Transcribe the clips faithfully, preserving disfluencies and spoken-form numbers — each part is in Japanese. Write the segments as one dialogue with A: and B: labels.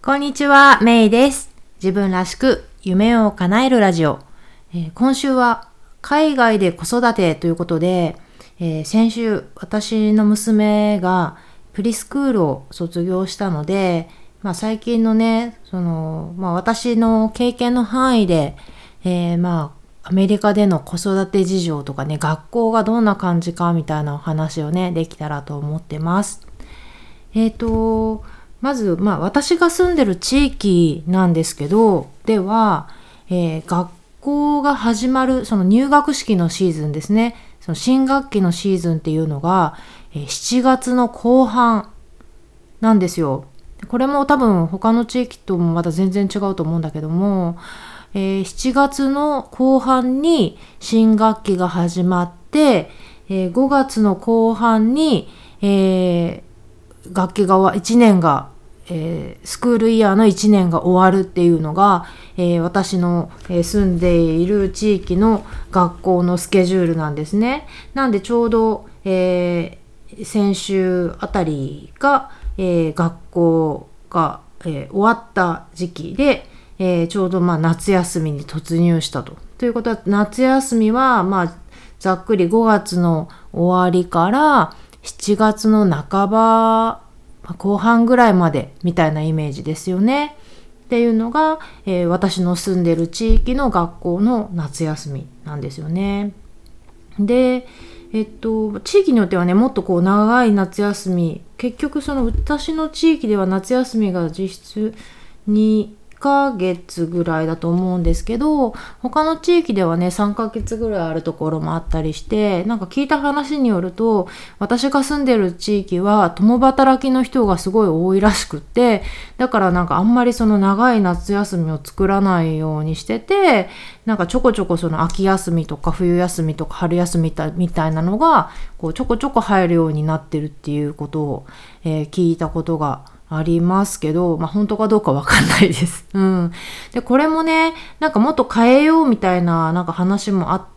A: こんにちは、メイです。自分らしく夢を叶えるラジオ。えー、今週は海外で子育てということで、えー、先週私の娘がプリスクールを卒業したので、まあ、最近のね、そのまあ、私の経験の範囲で、えー、まあアメリカでの子育て事情とかね、学校がどんな感じかみたいなお話をね、できたらと思ってます。えっと、まず、まあ、私が住んでる地域なんですけど、では、えー、学校が始まる、その入学式のシーズンですね。その新学期のシーズンっていうのが、えー、しちがつの後半なんですよ。これも多分他の地域ともまた全然違うと思うんだけども、えー、しちがつの後半に新学期が始まって、えー、ごがつの後半に、えー学期がいちねんが、えー、スクールイヤーのいちねんが終わるっていうのが、えー、私の、えー、住んでいる地域の学校のスケジュールなんですね。なんでちょうど、えー、先週あたりが、えー、学校が、えー、終わった時期で、えー、ちょうどまあ夏休みに突入したと。ということは夏休みはまあざっくりごがつの終わりからしちがつの半ば後半ぐらいまでみたいなイメージですよね。っていうのが、えー、私の住んでる地域の学校の夏休みなんですよね。で、えっと、地域によってはね、もっとこう長い夏休み、結局その私の地域では夏休みが実質にかげつぐらいだと思うんですけど、他の地域ではねさんかげつぐらいあるところもあったりして、なんか聞いた話によると、私が住んでる地域は共働きの人がすごい多いらしくって、だからなんかあんまりその長い夏休みを作らないようにしてて、なんかちょこちょこその秋休みとか冬休みとか春休みみたいなのがこうちょこちょこ入るようになってるっていうことを、えー、聞いたことがありますけど、まあ本当かどうかわかんないです。うん。で、これもね、なんかもっと変えようみたいななんか話もあって、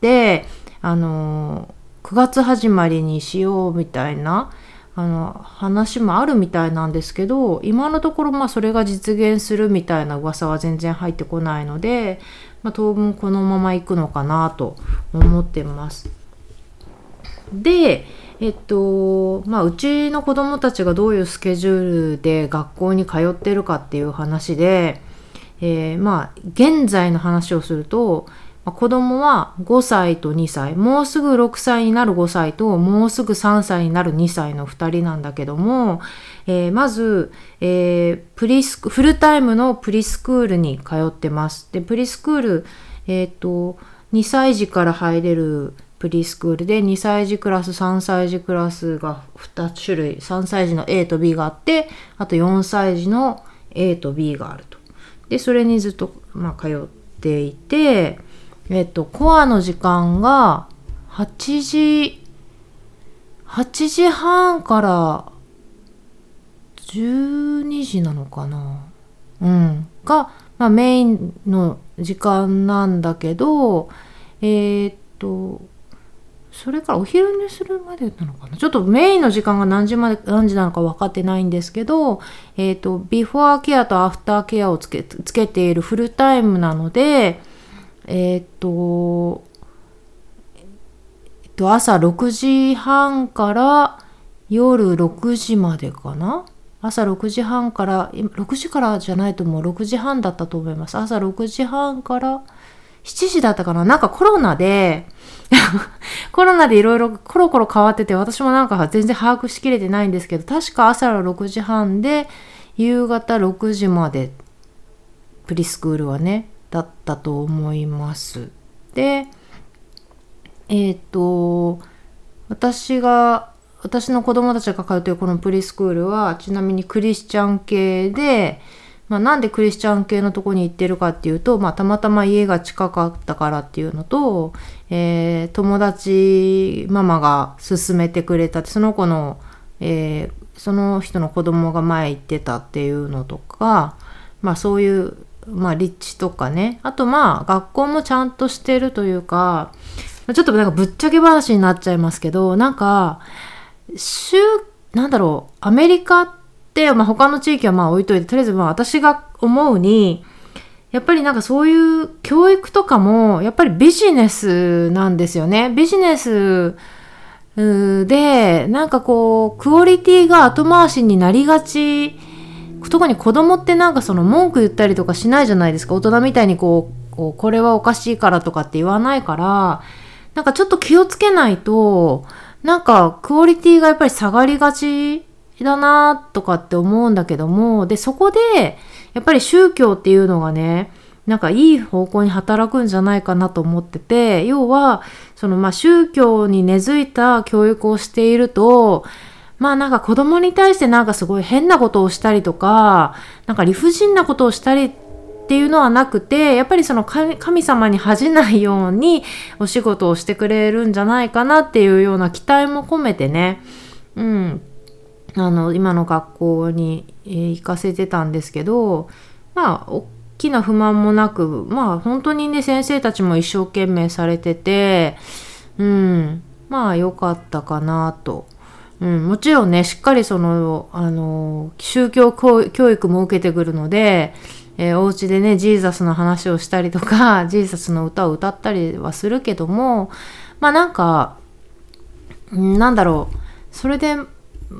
A: あの、くがつ始まりにしようみたいな、あの、話もあるみたいなんですけど、今のところまあそれが実現するみたいな噂は全然入ってこないので、まあ当分このまま行くのかなと思ってます。で、えっと、まあ、うちの子供たちがどういうスケジュールで学校に通ってるかっていう話で、えー、まあ、現在の話をすると、まあ、子供はごさいとにさい、もうすぐろくさいになるごさいと、もうすぐさんさいになるにさいのふたりなんだけども、えー、まず、えー、プリスク、フルタイムのプリスクールに通ってます。で、プリスクール、えっと、にさい児から入れるプリスクールでにさい児クラス、さんさい児クラスがに種類、さんさい児の A と B があって、あとよんさい児の A と B があると。で、それにずっと、まあ、通っていて、えっと、コアの時間がはちじ、はちじはんからじゅうにじなのかな。うん。が、まあ、メインの時間なんだけど、えー、っと、それからお昼寝するまでなのかな。ちょっとメインの時間が何時まで何時なのか分かってないんですけど、えっとビフォーケアとアフターケアをつけつけているフルタイムなので、えっとえっと朝ろくじはんから夜ろくじまでかな。朝ろくじはんからろくじからじゃないと思う。ろくじはんだったと思います。朝ろくじはんからしちじだったかな。なんかコロナでコロナでいろいろコロコロ変わってて、私もなんか全然把握しきれてないんですけど、確か朝ろくじはんで夕方ろくじまでプリスクールはねだったと思います。で、えっと私が私の子供たちが通っているこのプリスクールはちなみにクリスチャン系で、まあ、なんでクリスチャン系のとこに行ってるかっていうと、まあ、たまたま家が近かったからっていうのと、えー、友達ママが勧めてくれたって、その子の、えー、その人の子供が前行ってたっていうのとか、まあそういう、まあ立地とかね、あとまあ学校もちゃんとしてるというか、ちょっとなんかぶっちゃけ話になっちゃいますけど、なんか、週、なんだろう、アメリカって、まあ、他の地域はまあ置いといて、とりあえずまあ私が思うに、やっぱりなんかそういう教育とかもやっぱりビジネスなんですよね。ビジネスでなんかこうクオリティが後回しになりがち。特に子供ってなんかその文句言ったりとかしないじゃないですか。大人みたいにこう、こうこれはおかしいからとかって言わないから、なんかちょっと気をつけないとなんかクオリティがやっぱり下がりがちだなとかって思うんだけども、でそこでやっぱり宗教っていうのがね、なんかいい方向に働くんじゃないかなと思ってて、要はそのまあ宗教に根付いた教育をしていると、まあなんか子供に対してなんかすごい変なことをしたりとか、なんか理不尽なことをしたりっていうのはなくて、やっぱりその神様に恥じないようにお仕事をしてくれるんじゃないかなっていうような期待も込めてね、うん、あの今の学校に行かせてたんですけど、まあ大きな不満もなく、まあ本当にね先生たちも一生懸命されてて、うん、まあ良かったかなと。うん、もちろんねしっかりそのあの宗教教育も受けてくるので、えー、お家でねジーザスの話をしたりとかジーザスの歌を歌ったりはするけども、まあなんかなんだろう、それで、うん、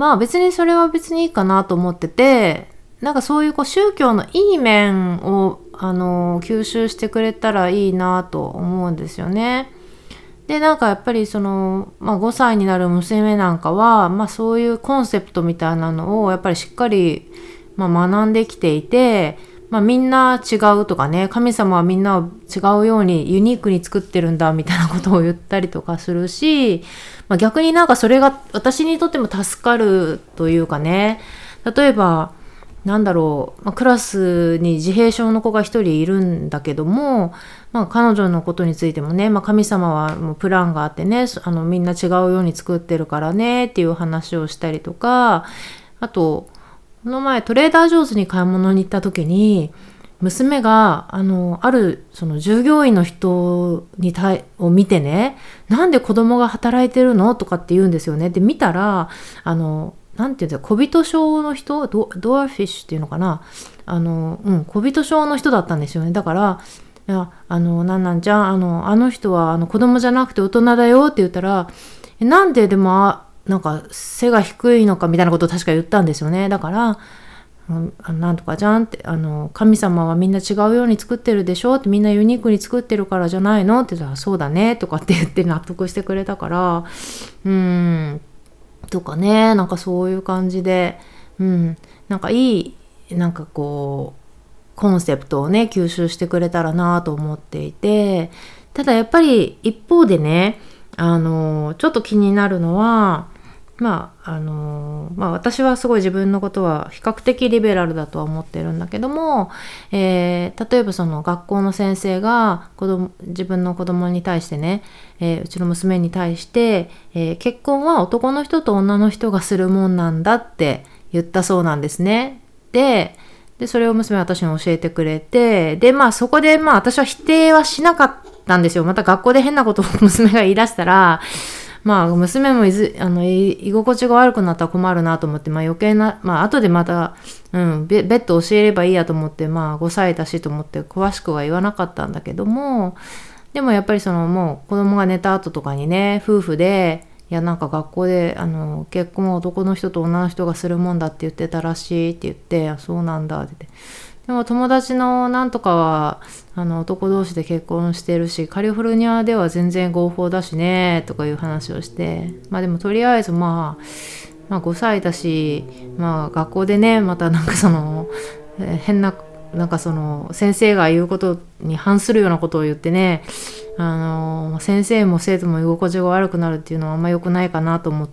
A: まあ別にそれは別にいいかなと思ってて、なんかそういうこう宗教のいい面をあの吸収してくれたらいいなと思うんですよね。でなんかやっぱりその、まあ、ごさいになる娘なんかは、まあ、そういうコンセプトみたいなのをやっぱりしっかり、まあ、学んできていて、まあ、みんな違うとかね、神様はみんなを違うようにユニークに作ってるんだみたいなことを言ったりとかするし、まあ、逆になんかそれが私にとっても助かるというかね、例えばなんだろう、まあ、クラスに自閉症の子が一人いるんだけども、まあ、彼女のことについてもね、まあ、神様はもうプランがあってね、あのみんな違うように作ってるからねっていう話をしたりとか、あとこの前トレーダー上手に買い物に行った時に娘があのあるその従業員の人に対を見てね、なんで子供が働いてるのとかって言うんですよね。で見たらあのなんていうんですか、小人症の人、ド、ドアフィッシュっていうのかな、あの、うん、小人症の人だったんですよね。だから、いや、あの、なんなんじゃん、あの、あの人はあの子供じゃなくて大人だよって言ったら、なんででも、あなんか背が低いのかみたいなことを確か言ったんですよね。だから、なんとかじゃんって、あの、神様はみんな違うように作ってるでしょって、みんなユニークに作ってるからじゃないのって言ったら、そうだねとかって言って納得してくれたから、うーん、とかね、なんかそういう感じで、うん、なんかいい、なんかこう、コンセプトをね、吸収してくれたらなと思っていて、ただやっぱり一方でね、あの、ちょっと気になるのは、まあ、あの、まあ私はすごい自分のことは比較的リベラルだとは思ってるんだけども、えー、例えばその学校の先生が子供自分の子供に対してね、えー、うちの娘に対して、えー、結婚は男の人と女の人がするもんなんだって言ったそうなんですね。で、でそれを娘は私に教えてくれて、でまあそこでまあ私は否定はしなかったんですよ。また学校で変なことを娘が言い出したら、まあ娘もいずあの居心地が悪くなったら困るなと思って、まあ余計な、まあ後でまた、うん、ベッド教えればいいやと思って、まあごさいだしと思って詳しくは言わなかったんだけども、でもやっぱりそのもう子供が寝た後とかにね、夫婦で、いやなんか学校であの結婚は男の人と女の人がするもんだって言ってたらしいって言って、あ、そうなんだって言って。でも友達のなんとかはあの男同士で結婚してるし、カリフォルニアでは全然合法だしねとかいう話をして、まあでもとりあえずまあ、まあごさいだし、まあ学校でね、またなんかその、えー、変ななんかその先生が言うことに反するようなことを言ってね、あの先生も生徒も居心地が悪くなるっていうのはあんま良くないかなと思って、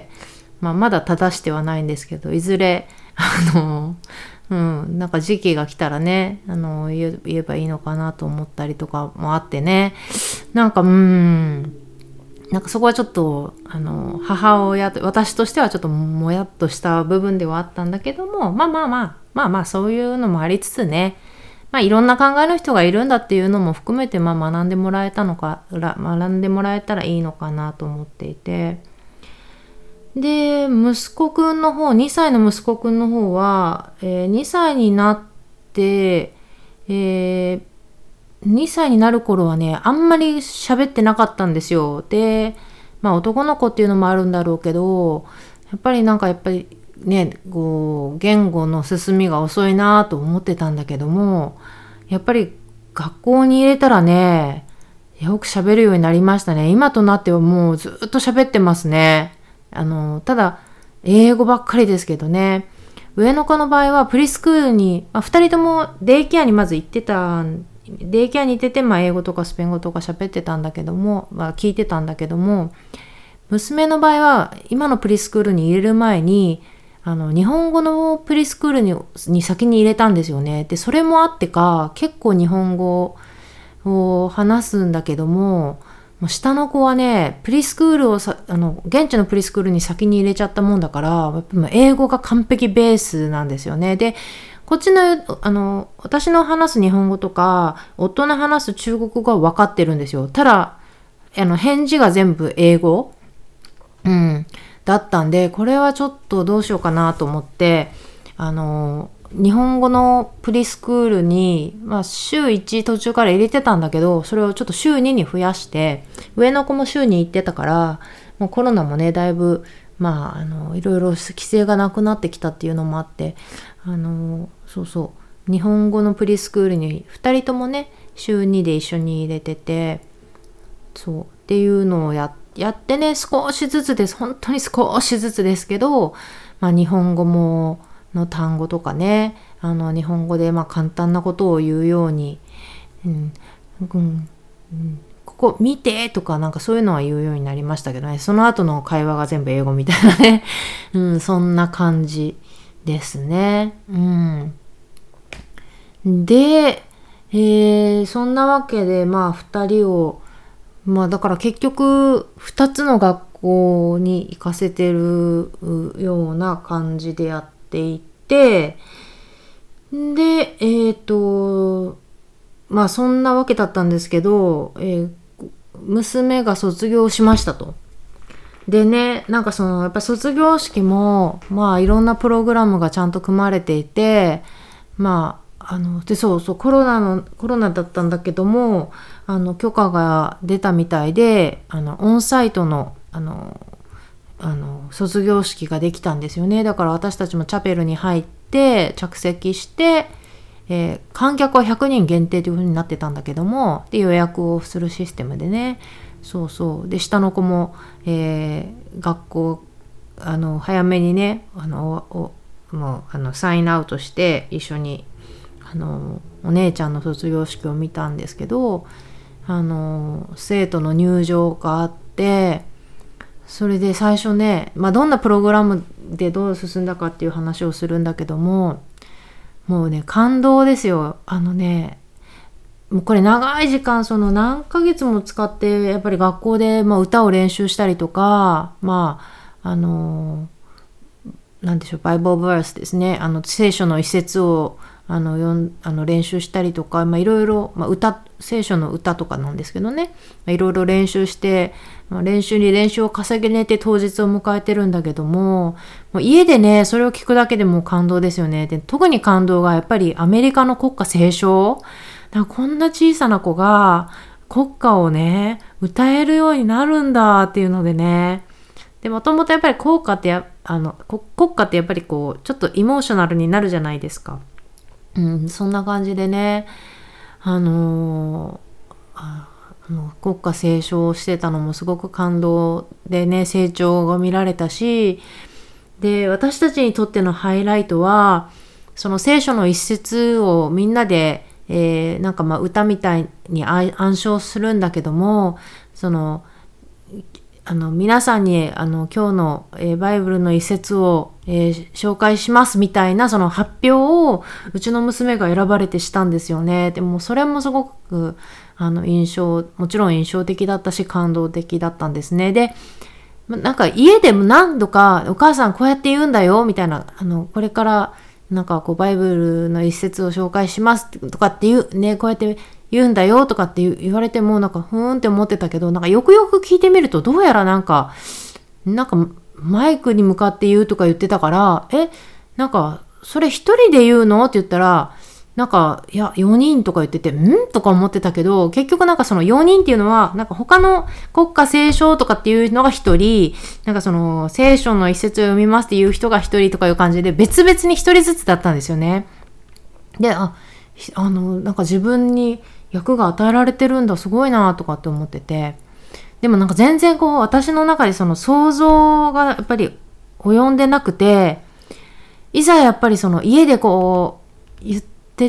A: まあまだ正してはないんですけど、いずれあのうん、なんか時期が来たらね、あの 言, 言えばいいのかなと思ったりとかもあってね、なんかうーんなんかそこはちょっとあの母親と私としてはちょっともやっとした部分ではあったんだけども、まあまあまあまあまあそういうのもありつつね、まあいろんな考えの人がいるんだっていうのも含めて、まあ学んでもらえたのか学んでもらえたらいいのかなと思っていて、 で、息子くんの方、にさいの息子くんの方は、えー、にさいになって、えー、にさいになる頃はね、あんまり喋ってなかったんですよ。で、まあ男の子っていうのもあるんだろうけど、やっぱりなんかやっぱりね、こう、言語の進みが遅いなと思ってたんだけども、やっぱり学校に入れたらね、よく喋るようになりましたね。今となってはもうずっと喋ってますね。あの、ただ、英語ばっかりですけどね。上の子の場合はプリスクールに、まあ、ふたりともデイケアにまず行ってた、デイケアに行ってて、まあ、英語とかスペイン語とか喋ってたんだけども、まあ、聞いてたんだけども、娘の場合は今のプリスクールに入れる前に、あの、日本語のプリスクールに、に先に入れたんですよね。で、それもあってか、結構日本語を話すんだけども、もう下の子はね、プリスクールをさ、あの、現地のプリスクールに先に入れちゃったもんだから、やっぱ英語が完璧ベースなんですよね。で、こっちの、あの、私の話す日本語とか、夫の話す中国語は分かってるんですよ。ただ、あの、返事が全部英語、うん、だったんで、これはちょっとどうしようかなと思って、あの、日本語のプリスクールに、まあ、週いち途中から入れてたんだけど、それをちょっと週にに増やして、上の子も週に行ってたから、もうコロナもね、だいぶ、まあ、あの、いろいろ規制がなくなってきたっていうのもあって、あの、そうそう、日本語のプリスクールにふたりともね、週にで一緒に入れてて、そう、っていうのをや、やってね、少しずつです。本当に少しずつですけど、まあ、日本語も、の単語とかね、あの日本語でまあ簡単なことを言うように、うんうんうん、ここ見てとかなんかそういうのは言うようになりましたけどね、その後の会話が全部英語みたいなね、うん、そんな感じですね。うん、で、えー、そんなわけでまあふたりを、まあだから結局ふたつの学校に行かせてるような感じでやってていて、で、えっと、まあそんなわけだったんですけど、えー、娘が卒業しましたと。でね、なんかそのやっぱ卒業式もまあいろんなプログラムがちゃんと組まれていて、まああのでそうそうコロナのコロナだったんだけども、あの許可が出たみたいで、あのオンサイトのあのあの卒業式ができたんですよね。だから私たちもチャペルに入って着席して、えー、観客はひゃくにん限定という風になってたんだけども、で予約をするシステムでね、そうそうで下の子も、えー、学校あの早めにね、あのおもうあのサインアウトして一緒にあのお姉ちゃんの卒業式を見たんですけど、あの生徒の入場があって、それで最初ね、まあ、どんなプログラムでどう進んだかっていう話をするんだけども、もうね感動ですよ。あのね、もうこれ長い時間その何ヶ月も使ってやっぱり学校でまあ歌を練習したりとか、まああのなんでしょう、バイブルバースですね、あの聖書の一節をあのよんあの練習したりとか、まあいろいろ、まあ、歌聖書の歌とかなんですけどね、いろいろ練習して、まあ、練習に練習を重ねて当日を迎えてるんだけども、もう家でねそれを聞くだけでも感動ですよね。で特に感動がやっぱりアメリカの国歌斉唱、なんかこんな小さな子が国歌をね歌えるようになるんだっていうのでね、でもともとやっぱり国歌ってやあの国歌ってやっぱりこうちょっとエモーショナルになるじゃないですか。うん、そんな感じでね、あのー、ああの国歌斉唱してたのもすごく感動でね、成長が見られたし、で私たちにとってのハイライトはその聖書の一節をみんなで、えー、なんかまあ歌みたいに暗唱するんだけども、そのあの皆さんにあの今日の、えー、バイブルの一節を、えー、紹介しますみたいなその発表をうちの娘が選ばれてしたんですよね。でもそれもすごくあの印象もちろん印象的だったし感動的だったんですね。でなんか家でも何度かお母さんこうやって言うんだよみたいな、あのこれからなんかこうバイブルの一節を紹介しますとかっていうね、こうやって言うんだよとかって言われてもなんかふーんって思ってたけど、なんかよくよく聞いてみるとどうやらなんかなんかマイクに向かって言うとか言ってたから、え、なんか、それ一人で言うのって言ったら、なんか、いや、よにんとか言ってて、んとか思ってたけど、結局なんかそのよにんっていうのは、なんか他の国歌斉唱とかっていうのが一人、なんかその聖書の一節を読みますっていう人が一人とかいう感じで、別々に一人ずつだったんですよね。で、あ、あの、なんか自分に役が与えられてるんだ、すごいなとかって思ってて、でもなんか全然こう、私の中でその想像がやっぱり及んでなくて、いざやっぱりその家でこう、言って、ってって、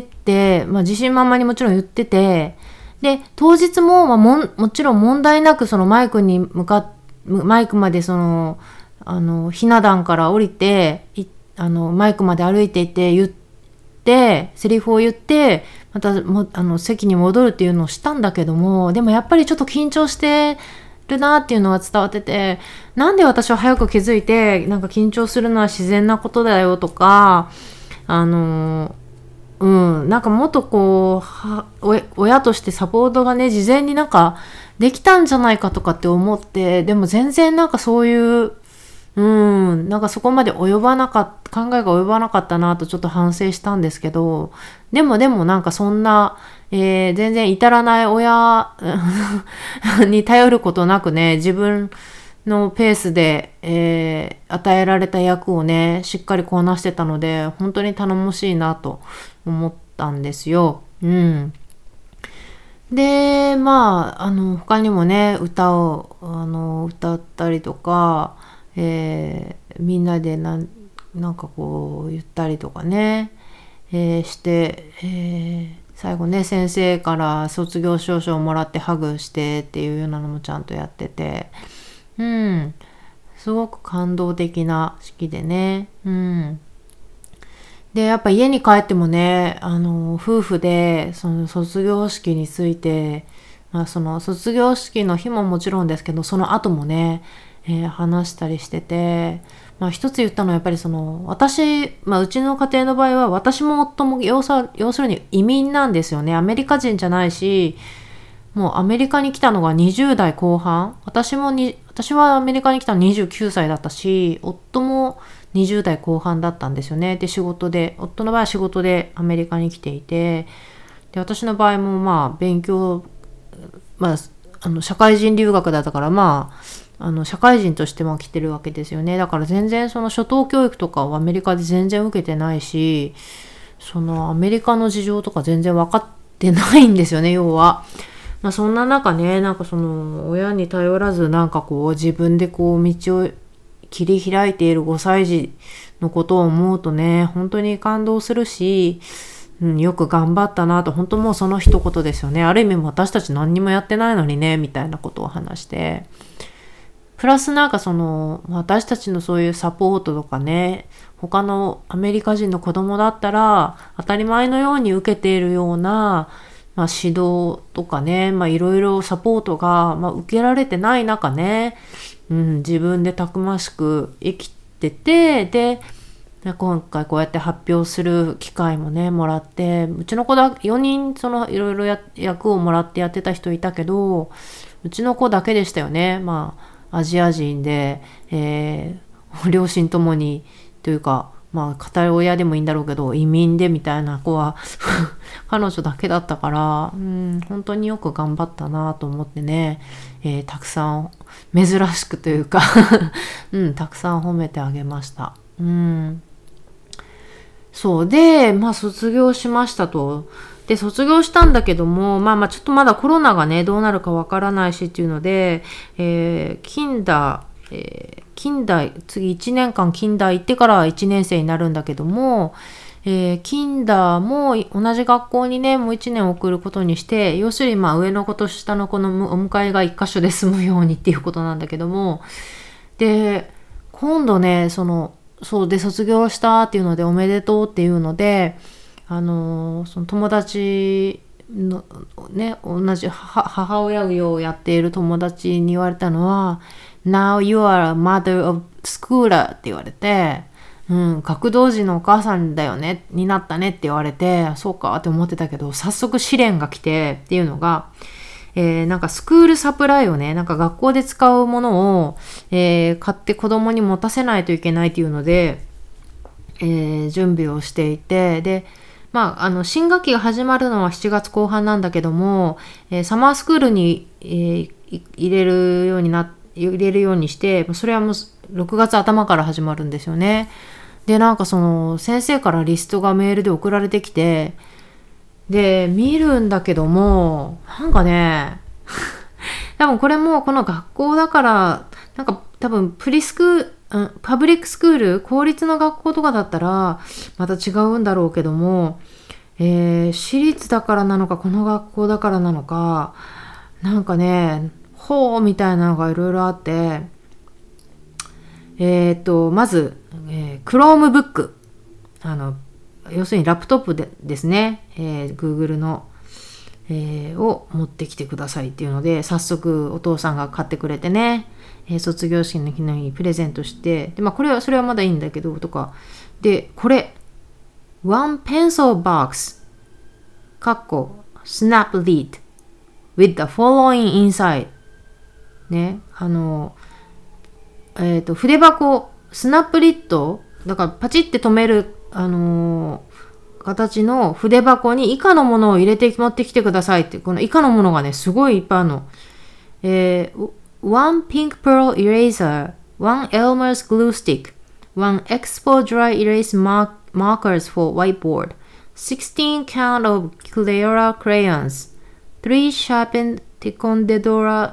A: まあ、自信満々にもちろん言ってて、で当日も、まあ、も, もちろん問題なくそのマイクに向かっマイクまでそのあのひな壇から降りてあのマイクまで歩いていって言ってセリフを言ってまたもあの席に戻るっていうのをしたんだけども、でもやっぱりちょっと緊張してるなっていうのが伝わってて、なんで私は早く気づいてなんか緊張するのは自然なことだよとか、あのうん、なんかもっとこうは親としてサポートがね事前になんかできたんじゃないかとかって思って、でも全然なんかそういううんなんかそこまで及ばなかった考えが及ばなかったなとちょっと反省したんですけど、でもでもなんかそんな、えー、全然至らない親に頼ることなくね、自分のペースで、えー、与えられた役をねしっかりこなしてたので、本当に頼もしいなと思ったんですよ。うん。で、まああの他にもね歌をあの歌ったりとか、えー、みんなでなんなんかこう言ったりとかね、えー、して、えー、最後ね先生から卒業証書をもらってハグしてっていうようなのもちゃんとやってて。うん、すごく感動的な式でね。うん。で、やっぱ家に帰ってもね、あの、夫婦で、その卒業式について、まあ、その卒業式の日ももちろんですけど、その後もね、えー、話したりしてて、まあ、一つ言ったのはやっぱりその、私、まあ、うちの家庭の場合は、私も夫も要す、要するに移民なんですよね。アメリカ人じゃないし、もうアメリカに来たのがにじゅう代後半。私もに、私はアメリカに来たのにじゅうきゅうさいだったし、夫もにじゅう代後半だったんですよね。で、仕事で、夫の場合は仕事でアメリカに来ていて、で、私の場合もまあ勉強、まあ、あの社会人留学だったから、まあ、あの社会人としても来てるわけですよね。だから全然その初等教育とかをアメリカで全然受けてないし、そのアメリカの事情とか全然分かってないんですよね、要は。まあ、そんな中ね、なんかその親に頼らずなんかこう自分でこう道を切り開いているごさい児のことを思うとね、本当に感動するし、うん、よく頑張ったなと、本当もうその一言ですよね。ある意味私たち何にもやってないのにねみたいなことを話して、プラスなんかその私たちのそういうサポートとかね、他のアメリカ人の子供だったら当たり前のように受けているような、まあ、指導とかね、まあいろいろサポートが、まあ、受けられてない中ね、うん、自分でたくましく生きてて、で今回こうやって発表する機会もねもらって、うちの子だよにんそのいろいろ役をもらってやってた人いたけど、うちの子だけでしたよね。まあアジア人で、えー、両親ともにというか、まあ片親でもいいんだろうけど移民でみたいな子は彼女だけだったから、うん、本当によく頑張ったなと思ってね、えー、たくさん珍しくというか、うん、たくさん褒めてあげました。うん、そうで、まあ卒業しましたと。で、卒業したんだけども、まあまあちょっとまだコロナがね、どうなるかわからないしっていうので、えー、キンダー、えー、キンダー、次いちねんかんキンダー行ってからいちねん生になるんだけども、えー、キンダーも同じ学校にね、もういちねん送ることにして、要するにまあ上の子と下の子のお迎えが一箇所で済むようにっていうことなんだけども、で、今度ね、その、そうで卒業したっていうのでおめでとうっていうので、あのー、その友達のね、同じ母親業をやっている友達に言われたのは Now you are a mother of schooler って言われて、うん、学童児のお母さんだよねになったねって言われて、そうかって思ってたけど、早速試練が来てっていうのが、 えー、なんかスクールサプライをね、なんか学校で使うものを、えー、買って子供に持たせないといけないっていうので、えー、準備をしていて、で、まあ、あの新学期が始まるのはしちがつこう半なんだけども、えー、サマースクールに、えー、入れるようにな入れるようにして、それはもうろくがつ頭から始まるんですよね。で、なんかその先生からリストがメールで送られてきて、で見るんだけども、なんかね多分これもこの学校だから、なんか多分プリスクパブリックスクール、公立の学校とかだったらまた違うんだろうけども、えー、私立だからなのかこの学校だからなのか、なんかねほうみたいなのがいろいろあって、えー、っとまず、えー、Chromebook、 あの要するにラップトップでですね、えー、Google の、えー、を持ってきてくださいっていうので、早速お父さんが買ってくれてね、えー、卒業式の日にプレゼントして、で、まあ、これはそれはまだいいんだけどとかで、これ One pencil box かっこ snap lid with the following inside ね、あのえっ、ー、と筆箱スナップリッドだからパチって止めるあのー、形の筆箱に以下のものを入れて持ってきてくださいって、この以下のものがねすごいいっぱいあるの。えー、one pink pearl eraser, one Elmer's glue stick, one Expo dry erase mark- markers for whiteboard, sixteen count of Cleara crayons, three sharpened Ticonderoga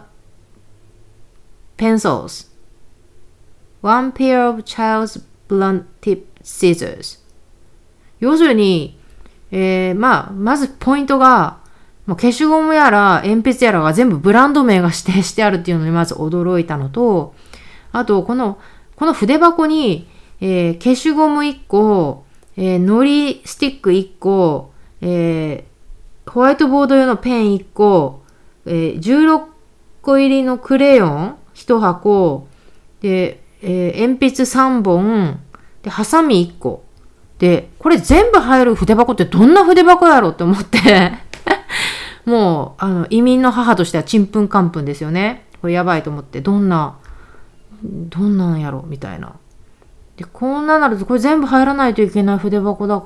A: pencils, one pair of child's blunt tip scissors。 要するに、えー、まあまずポイントが、もう消しゴムやら鉛筆やらが全部ブランド名が指定してあるっていうのにまず驚いたのと、あとこのこの筆箱に、えー、消しゴムいっこ、えー、のりスティックいっこ、えー、ホワイトボード用のペンいっこ、えー、じゅうろっこ入りのクレヨンいち箱で、えー、鉛筆さんぼんでハサミいっこで、これ全部入る筆箱ってどんな筆箱やろって思ってもうあの移民の母としてはちんぷんかんぷんですよね。これやばいと思って、どんなどんなんやろみたいな。でこんななるとこれ全部入らないといけない筆箱だから、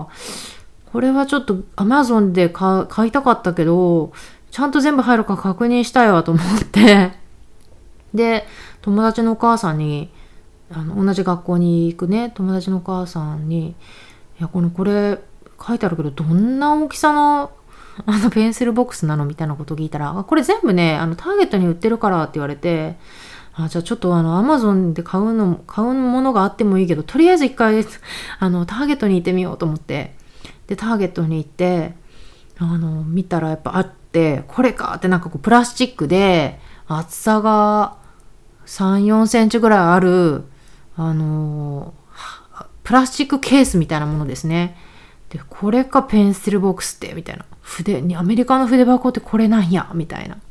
A: これはちょっと Amazon で買、買いたかったけどちゃんと全部入るか確認したいわと思ってで友達のお母さんに、あの同じ学校に行くね友達のお母さんに、いやこのこれ書いてあるけどどんな大きさのあのペンシルボックスなのみたいなことを聞いたら、これ全部ねあのターゲットに売ってるからって言われて、あじゃあちょっとあのアマゾンで買うの買うものがあってもいいけど、とりあえず一回あのターゲットに行ってみようと思って、でターゲットに行ってあの見たらやっぱあって、これかって、なんかこうプラスチックで厚さがさん、よんセンチぐらいあるあのプラスチックケースみたいなものですね。でこれかペンシルボックスってみたいな、筆にアメリカの筆箱ってこれなんやみたいな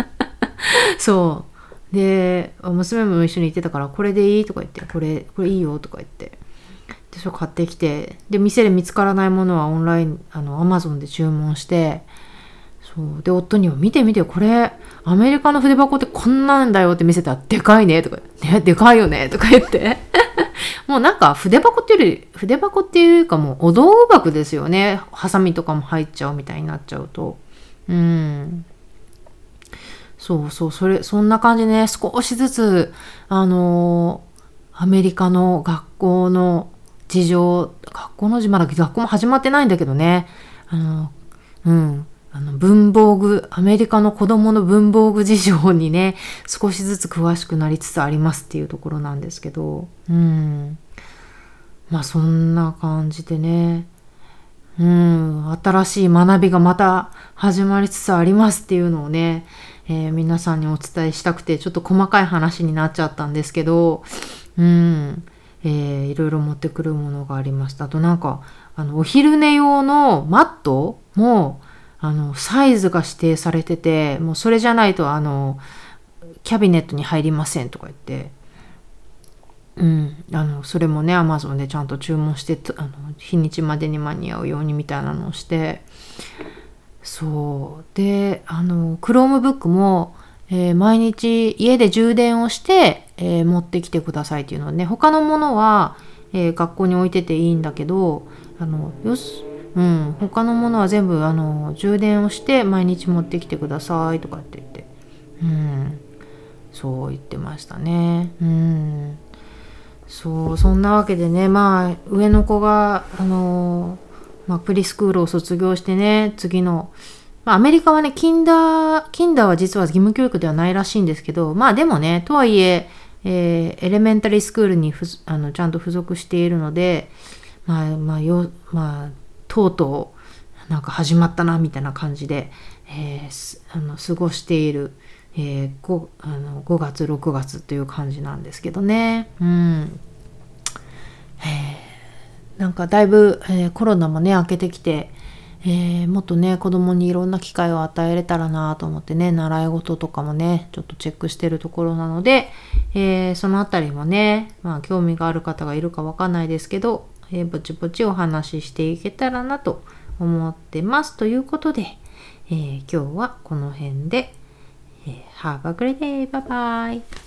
A: そうで娘も一緒に行ってたから、これでいいとか言って、これこれいいよとか言って、でそれ買ってきて、で店で見つからないものはオンラインあのアマゾンで注文して、そうで夫には見て見てこれアメリカの筆箱ってこんなんだよって見せたら、でかいねとかね、でかいよねとか言ってもうなんか筆箱っていうより筆箱っていうかもうお道具箱ですよね。ハサミとかも入っちゃうみたいになっちゃうと、うんそうそう、それそんな感じでね、少しずつあのー、アメリカの学校の事情、学校のまだ学校も始まってないんだけどね、あのうんあの文房具、アメリカの子供の文房具事情にね少しずつ詳しくなりつつありますっていうところなんですけど、うんまあそんな感じでね、うん新しい学びがまた始まりつつありますっていうのをね、えー、皆さんにお伝えしたくて、ちょっと細かい話になっちゃったんですけど、うんえー、いろいろ持ってくるものがありました。あとなんかあのお昼寝用のマットもあのサイズが指定されてて、もうそれじゃないとあのキャビネットに入りませんとか言って、うん、あのそれもね Amazon でちゃんと注文して、あの日にちまでに間に合うようにみたいなのをして、 そうで、あの Chromebook も、えー毎日家で充電をして、えー持ってきてくださいっていうのはね、他のものは、えー学校に置いてていいんだけど、あのよし、うん、他のものは全部あの充電をして毎日持ってきてくださいとかって言って、うん、そう言ってましたね。うん、そう、そんなわけでね、まあ上の子があのまあ、プリスクールを卒業してね、次の、まあ、アメリカはね、キンダー、キンダーは実は義務教育ではないらしいんですけど、まあでもね、とはいえ、えーエレメンタリースクールにふあのちゃんと付属しているので、まあ、まあ、よ、まあ、とうとう、なんか始まったな、みたいな感じで、えーすあの過ごしている、えー、ご, あのごがつ、ろくがつという感じなんですけどね。うん。なんかだいぶ、えーコロナもね明けてきて、えーもっとね子供にいろんな機会を与えれたらなと思ってね、習い事とかもねちょっとチェックしてるところなので、えーそのあたりもね、まあ興味がある方がいるかわかんないですけど、えーぼちぼちお話ししていけたらなと思ってます。ということで、えー今日はこの辺で、えー Have a great day! バイバイ!